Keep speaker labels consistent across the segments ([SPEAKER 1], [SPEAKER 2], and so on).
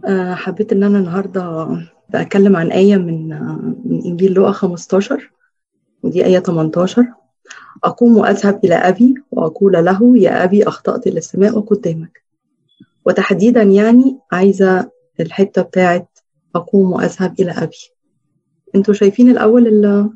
[SPEAKER 1] حبيت ان انا النهارده بتكلم عن آية من انجيل لوقا 15، ودي آية 18. اقوم واذهب الى ابي واقول له يا ابي اخطأت للسماء وقدامك. وتحديدا يعني عايزه الحته بتاعت اقوم واذهب الى ابي. انتوا شايفين الاول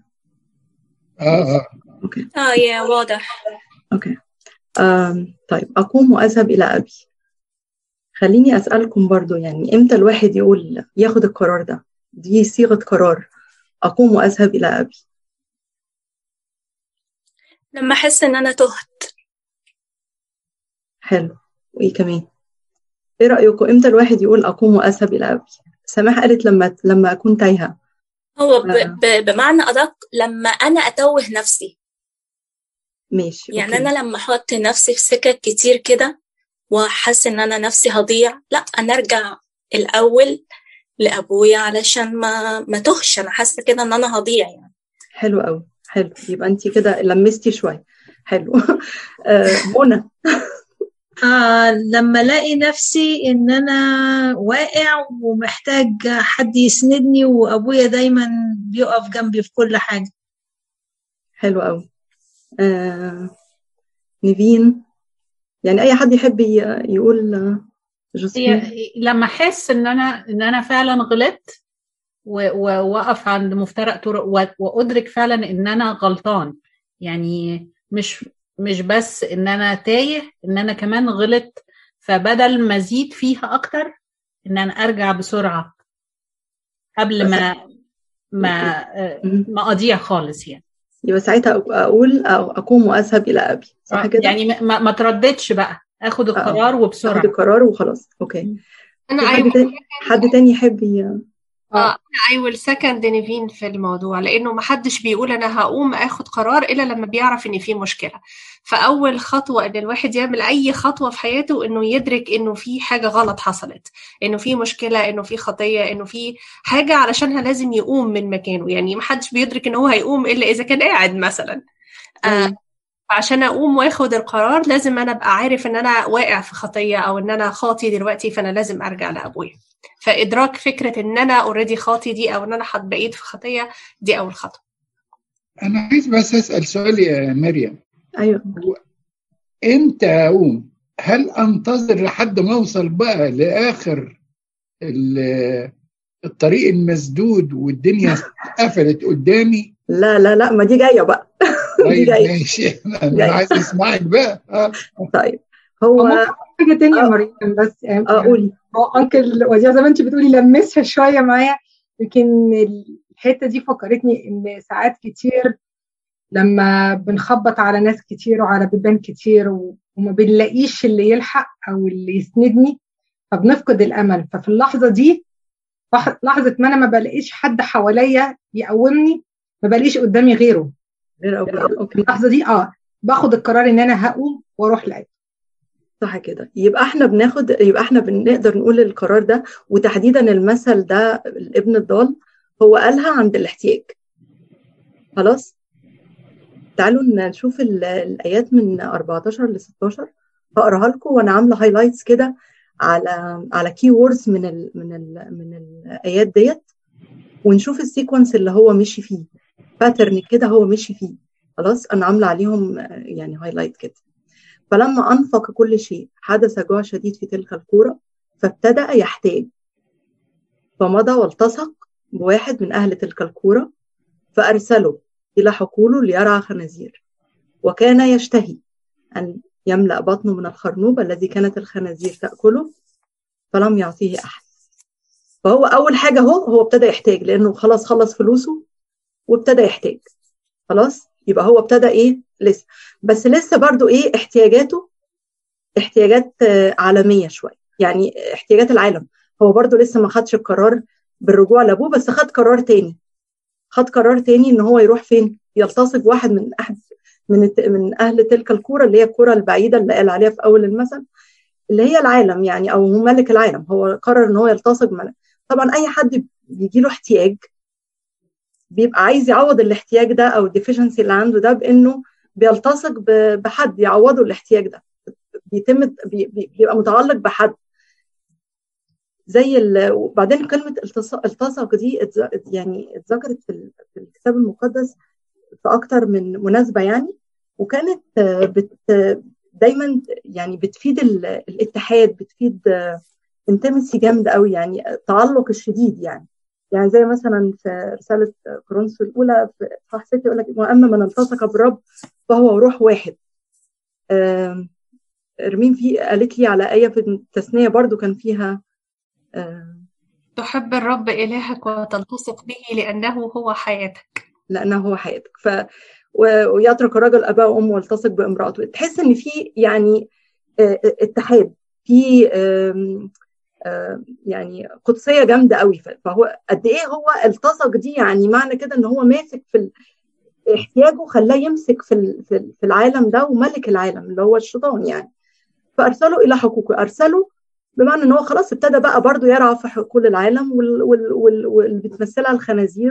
[SPEAKER 1] اوكي
[SPEAKER 2] يا واضح.
[SPEAKER 1] اوكي. طيب اقوم واذهب الى ابي. خليني اسالكم برضو، يعني امتى الواحد ياخد القرار ده؟ دي صيغه قرار، اقوم واذهب الى ابي.
[SPEAKER 2] لما احس ان انا تهت.
[SPEAKER 1] حلو. وايه كمان؟ ايه رايكم امتى الواحد يقول اقوم واذهب الى ابي؟ سماح قالت لما اكون تايهه.
[SPEAKER 2] هو بمعنى ادق لما انا اتوه نفسي.
[SPEAKER 1] ماشي.
[SPEAKER 2] يعني
[SPEAKER 1] أوكي.
[SPEAKER 2] انا لما احط نفسي في سكك كتير كده واحس ان انا نفسي هضيع، لا انا ارجع الاول لابويا علشان ما تهش. انا حاسه كده ان انا هضيع يعني.
[SPEAKER 1] حلو قوي. حلو، يبقى انت كده لمستي شويه. حلو. منى.
[SPEAKER 3] لما الاقي نفسي ان انا واقع ومحتاج حد يسندني، وابويا دايما بيقف جنبي في كل حاجة.
[SPEAKER 1] حلو قوي. نيفين، يعني اي حد يحب يقول جوزفين.
[SPEAKER 4] لما احس ان انا فعلا غلطت واقف عند مفترق طرق وادرك فعلا ان انا غلطان، يعني مش بس ان انا تايه، ان انا كمان غلط، فبدل ما ازيد فيها اكتر ان انا ارجع بسرعة قبل ما اضيع خالص يعني.
[SPEAKER 1] يبقى ساعتها اقول اقوم واذهب الى ابي، صح كده؟
[SPEAKER 4] يعني ما ترددش بقى، اخد القرار وبسرعة.
[SPEAKER 1] اخد القرار وخلاص. اوكي.
[SPEAKER 5] انا
[SPEAKER 1] حد تاني يحب
[SPEAKER 5] انا I will second نيفين في الموضوع، لانه ما حدش بيقول انا هقوم اخد قرار الا لما بيعرف ان في مشكله. فاول خطوه ان الواحد يعمل اي خطوه في حياته انه يدرك انه في حاجه غلط حصلت، انه في مشكله، انه في خطيه، انه في حاجه علشانها لازم يقوم من مكانه. يعني ما حدش بيدرك انه هو هيقوم الا اذا كان قاعد مثلا. عشان اقوم واخد القرار لازم انا ابقى عارف ان انا واقع في خطيه او ان انا خاطي دلوقتي، فانا لازم ارجع لابويا. فادراك فكره ان انا اوريدي خاطي دي، او ان انا بقيت في خطيه دي، اول خطوه.
[SPEAKER 6] انا عايز بس اسال سؤال يا مريم.
[SPEAKER 1] ايوه.
[SPEAKER 6] امتى اقوم؟ هل انتظر لحد ما اوصل بقى لاخر الطريق المسدود والدنيا قفلت قدامي؟
[SPEAKER 1] لا لا لا، ما دي جايه بقى.
[SPEAKER 6] دي جايه. ماشي. انا عايز اسمعك بقى.
[SPEAKER 1] طيب هو
[SPEAKER 7] حاجه تانية يا مريم، بس
[SPEAKER 1] قولي.
[SPEAKER 7] انكل وديع زي ما انت بتقولي لمسها شويه معايا. يمكن الحته دي فكرتني ان ساعات كتير لما بنخبط على ناس كتير وعلى بيبان كتير وما بنلاقيش اللي يلحق او اللي يسندني، فبنفقد الامل. ففي اللحظه دي، لحظه ما انا ما بلاقيش حد حواليا يقومني، ما بلاقيش قدامي غير
[SPEAKER 1] أوكي.
[SPEAKER 7] اللحظه دي باخد القرار ان انا هقوم واروح لأبي.
[SPEAKER 1] صح كده. يبقى احنا بنقدر نقول القرار ده، وتحديدا المثل ده الابن الضال هو قالها عند الاحتياج. خلاص، تعالوا نشوف الآيات من 14 ل 16. هقراها لكم وانا عامله هايلايتس كده على كي ووردز من الآيات ديت، ونشوف السيكونس اللي هو مشي فيه، باترن كده هو مشي فيه. خلاص، انا عامله عليهم يعني هايلايت كده. فلما أنفق كل شيء حدث جوع شديد في تلك القرى، فابتدأ يحتاج، فمضى والتصق بواحد من أهل تلك القرى فأرسله إلى حقوله ليرعى خنازير، وكان يشتهي أن يملأ بطنه من الخرنوب الذي كانت الخنازير تأكله، فلم يعطيه أحد. فهو أول حاجة هو ابتدى يحتاج، لأنه خلاص خلص فلوسه وابتدى يحتاج. خلاص، يبقى هو ابتدى إيه؟ بس لسه برضو إيه احتياجاته؟ احتياجات عالمية شوية، يعني احتياجات العالم. هو برضو لسه ما خدش القرار بالرجوع لأبوه، بس خد قرار تاني ان هو يروح فين؟ يلتصق واحد من اهل تلك القرى، اللي هي القرى البعيدة اللي قال عليها في اول المثل، اللي هي العالم يعني، او ملك العالم. هو قرر ان هو يلتصق طبعا اي حد بيجي له احتياج بيبقى عايز يعوض الاحتياج ده او الديفيشنسي اللي عنده ده، بانه بيلتصق بحد يعوضه الاحتياج ده. بيبقى متعلق بحد. زي وبعدين كلمه التصق دي يعني اتذكرت في الكتاب المقدس في اكتر من مناسبه يعني، وكانت دايما يعني بتفيد الاتحاد، بتفيد انتمسي جامد قوي، يعني التعلق الشديد يعني زي مثلا في رساله كورنثوس الاولى في اصحاح 6 يقول لك واما من التصق بالرب فهو روح واحد. رمين قالت لي على ايه في التثنيه برضو كان فيها
[SPEAKER 5] تحب الرب إلهك وتلتصق به لأنه هو حياتك.
[SPEAKER 1] لأنه هو حياتك. ويترك الرجل أباه وأمه والتصق بامرأته. تحس إن في يعني اتحاد، في يعني قدسية جامدة قوي. فهو قد إيه هو التصق دي، يعني معنى كده إن هو ماسك في احتياجه، خلاه يمسك في العالم ده، وملك العالم اللي هو الشيطان يعني. فأرسله إلى حقوقه، أرسله بمعنى ان هو خلاص ابتدى بقى برضو يرعى في حقول العالم واللي بتمثلها الخنازير،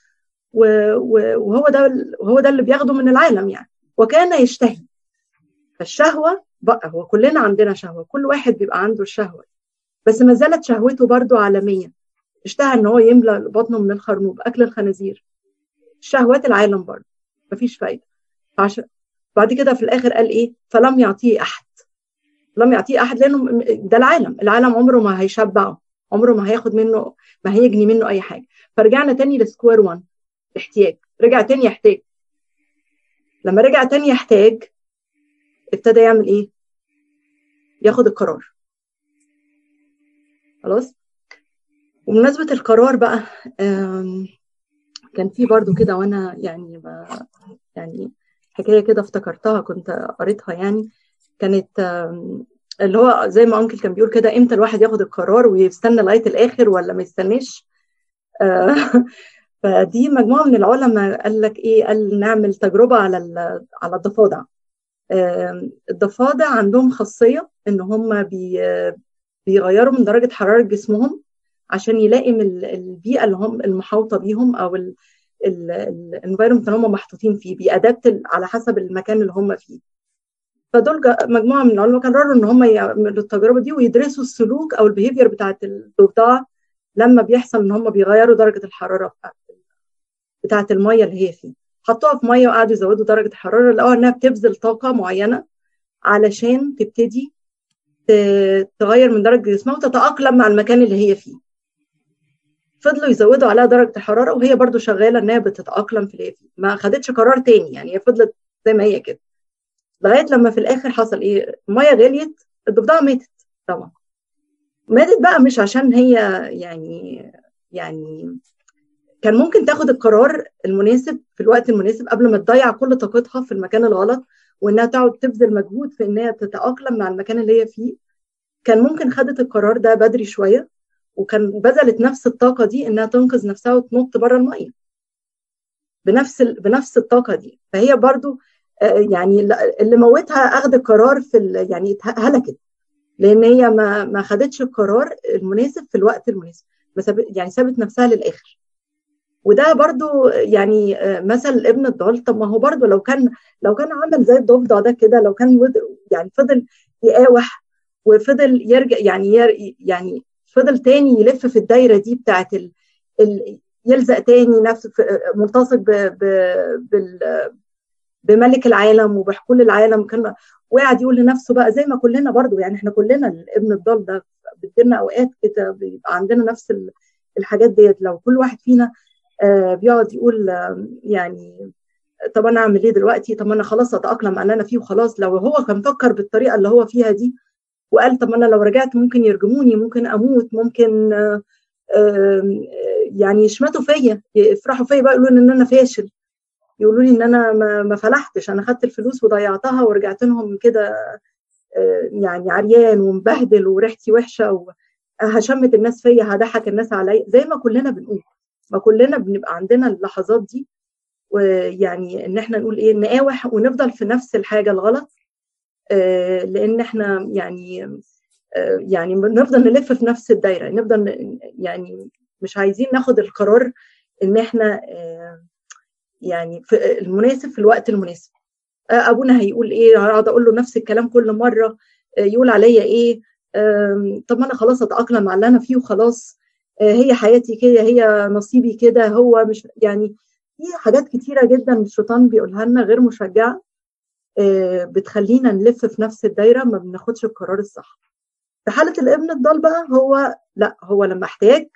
[SPEAKER 1] وهو ده اللي بياخده من العالم يعني. وكان يشتهي، فالشهوة بقى هو كلنا عندنا شهوة، كل واحد بيبقى عنده الشهوة، بس ما زالت شهوته برضو عالمية. اشتهى ان هو يملأ بطنه من الخرنوب، اكل الخنازير، شهوات العالم برضو مفيش فايدة. بعد كده في الاخر قال ايه؟ فلم يعطيه احد. لم يعطيه احد لانه ده العالم عمره ما هيشبعه، عمره ما هياخد منه، ما هيجني منه اي حاجه. فرجعنا تاني لسكوير 1، احتياج. رجع تاني يحتاج. لما رجع تاني يحتاج ابتدى يعمل ايه؟ ياخد القرار. خلاص. وبمناسبه القرار بقى، كان في برضو كده وانا يعني حكايه كده افتكرتها كنت قريتها يعني، كانت اللي هو زي ما أنكل كان بيقول كده، امتى الواحد ياخد القرار ويستنى لغايه الاخر ولا ما يستناش. فدي مجموعه من العلماء قال لك ايه، قال نعمل تجربه على الضفادع. الضفادع عندهم خاصيه ان هم بيغيروا من درجه حراره جسمهم عشان يلائم البيئه اللي هم المحاوطه بيهم، او الانفايرمنت اللي هم محطوطين فيه، بيأدابت على حسب المكان اللي هم فيه. فدول مجموعه من العلماء قرروا ان هم يعملوا التجربه دي ويدرسوا السلوك او البيهيفير بتاعت الضفدع لما بيحصل ان هم بيغيروا درجه الحراره بتاعت الميه اللي هي فيه. حطوها في ميه وقعدوا يزودوا درجه الحراره، لقوا انها بتبذل طاقه معينه علشان تبتدي تغير من درجه جسمها وتتاقلم مع المكان اللي هي فيه. فضلوا يزودوا عليها درجه الحراره وهي برضو شغاله انها بتتاقلم في اللي هي فيه، ما خدتش قرار تاني يعني، هي فضلت زي ما هي كده لغايه لما في الاخر حصل ايه؟ الميه غليت، الضفدعه ماتت. طبعا ماتت بقى مش عشان هي يعني كان ممكن تاخد القرار المناسب في الوقت المناسب قبل ما تضيع كل طاقتها في المكان الغلط، وانها تقعد تبذل مجهود في انها تتاقلم مع المكان اللي هي فيه. كان ممكن خدت القرار ده بدري شويه، وكان بذلت نفس الطاقه دي انها تنقذ نفسها وتنط بره الميه بنفس الطاقه دي. فهي برضو يعني اللي موتها اخذ القرار يعني هلكت، لان هي ما خدتش القرار المناسب في الوقت المناسب، يعني سابت نفسها للاخر. وده برضو يعني مثل ابن الضال. طب ما هو برضو لو كان عمل زي الضفدع ده كده، لو كان يعني فضل يقاوح وفضل يرجع يعني فضل تاني يلف في الدايره دي بتاعت يلزق تاني نفسه ملتصق بملك العالم وبحقول العالم، كان وقاعد يقول لنفسه بقى زي ما كلنا برضو يعني، احنا كلنا ابن الضال ده بتجيلنا اوقات كده بيبقى عندنا نفس الحاجات ديت. لو كل واحد فينا بيقعد يقول يعني طب انا اعمل ايه دلوقتي؟ طب انا خلاص اتاقلم مع اللي انا فيه وخلاص. لو هو كان فكر بالطريقه اللي هو فيها دي وقال طب انا لو رجعت ممكن يرجموني، ممكن اموت، ممكن يعني يشمتوا فيا، يفرحوا فيا بقى، يقولوا ان انا فاشل، يقولوا لي ان انا ما فلحتش، انا خدت الفلوس وضيعتها ورجعت لهم كده يعني عريان ومبهدل وريحتي وحشه وهشمت الناس فيا، هضحك الناس عليا، زي ما كلنا بنقول. ما كلنا بنبقى عندنا اللحظات دي، ويعني ان احنا نقول ايه، نقاوح ونفضل في نفس الحاجه الغلط، لان احنا يعني بنفضل نلف في نفس الدايره، نفضل يعني مش عايزين ناخد القرار ان احنا يعني في المناسب في الوقت المناسب. ابونا هيقول ايه، هقعد اقول له نفس الكلام كل مره، يقول عليا ايه، طب ما انا خلاص اتاقلم على اللي انا فيه وخلاص، هي حياتي كده، هي نصيبي كده، هو مش يعني. في حاجات كتيره جدا الشيطان بيقولها لنا غير مشجعه، بتخلينا نلف في نفس الدايره، ما بناخدش القرار الصح. في حاله الابن الضال بقى، هو لا، هو لما احتاج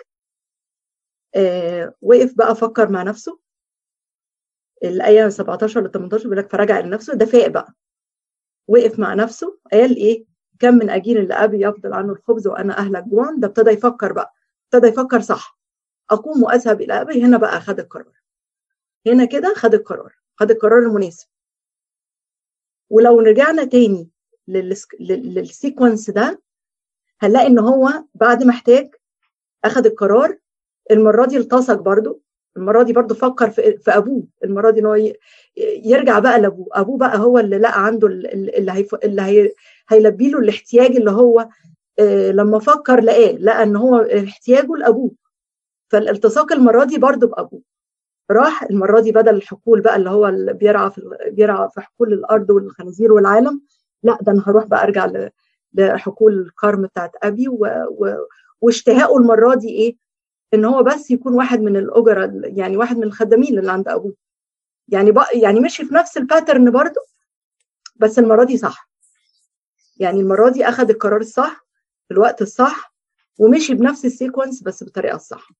[SPEAKER 1] وقف بقى، فكر مع نفسه. الآية 17 ل 18 بيقول لك فرجع إلى نفسه، ده فاق بقى، وقف مع نفسه، قال إيه؟ كم من أجيل اللي أبي يفضل عنه الخبز وأنا أهلك جوعا. ده ابتدى يفكر بقى، ابتدى يفكر صح. أقوم وأذهب إلى أبي. هنا بقى خد القرار، هنا كده خد القرار، خد القرار المناسب. ولو رجعنا تاني للسيكونس ده، هنلاقي إن هو بعد ما احتاج أخد القرار، المرة دي التصق برضو، المرة دي برضو فكر في أبوه، المرة دي إن هو يرجع بقى لأبوه. أبوه بقى هو اللي لقى عنده اللي هيلبي له الاحتياج اللي هو لما فكر لقى إن هو احتياجه لأبوه. فالالتصاق المرة دي برضو بأبوه. راح المرة دي بدل الحقول بقى اللي هو اللي بيرعى في حقول الأرض والخنازير والعالم، لا، ده أنا هروح بقى أرجع لحقول الكرم بتاعت أبي. واشتهاءه المرة دي إيه؟ ان هو بس يكون واحد من الاجره، يعني واحد من الخدامين اللي عند ابوه. يعني مشي في نفس الباترن برضه، بس المره دي صح. يعني المره دي اخذ القرار الصح في الوقت الصح، ومشي بنفس السيكونس بس بالطريقه الصح.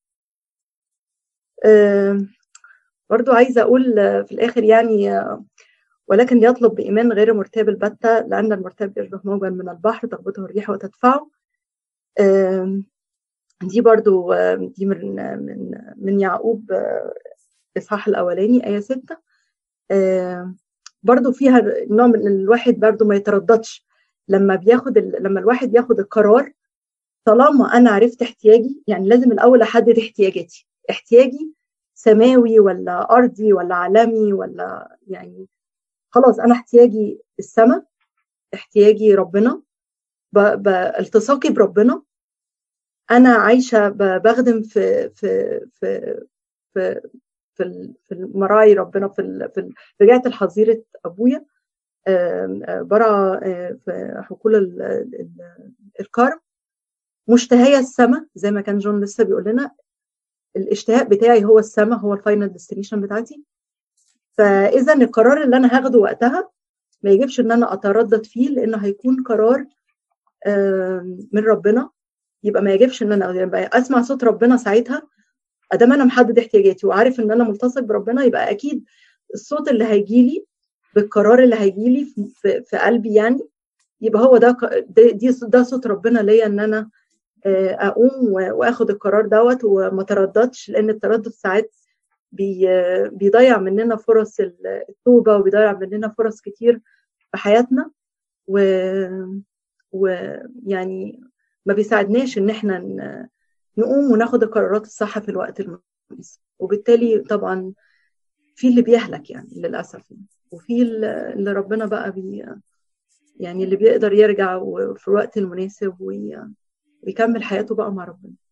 [SPEAKER 1] برضه عايزه اقول في الاخر يعني ولكن يطلب بايمان غير مرتاب البتة، لان المرتاب يشبه موجا من البحر تخبطه الريح وتدفعه. دي برضو دي من يعقوب إصحاح الأولاني آية 6. برضو فيها نوع من الواحد برضو ما يترددش لما الواحد ياخد القرار. طالما أنا عرفت احتياجي، يعني لازم الأول أحدد احتياجي سماوي ولا أرضي ولا عالمي، ولا يعني خلاص أنا احتياجي السماء، احتياجي ربنا، التصاقي بربنا. أنا عايشة بخدم في المراعي ربنا، في رجعت الحظيرة أبويا، برع في حقول الكرم، مشتهية السماء زي ما كان جون لسه بيقول لنا. الاشتهاء بتاعي هو السماء، هو الفاينل ديستنيشن بتاعتي. فإذا القرار اللي أنا هاخده وقتها ما يجبش إن أنا أتردد فيه، لأنه هيكون قرار من ربنا. يبقى ما يجبش ان انا اسمع صوت ربنا ساعتها. ادام انا محدد احتياجاتي وعارف ان انا ملتصق بربنا، يبقى اكيد الصوت اللي هيجي لي بالقرار اللي هيجي لي في قلبي، يعني يبقى هو ده صوت ربنا ليا، ان انا اقوم واخد القرار دوت وما ترددش. لان التردد ساعات بيضيع مننا فرص التوبه، وبيضيع مننا فرص كتير في حياتنا، ويعني ما بيساعدناش ان احنا نقوم وناخد القرارات الصح في الوقت المناسب. وبالتالي طبعا في اللي بيهلك يعني للاسف، وفي اللي ربنا بقى يعني اللي بيقدر يرجع في الوقت المناسب ويكمل حياته بقى مع ربنا.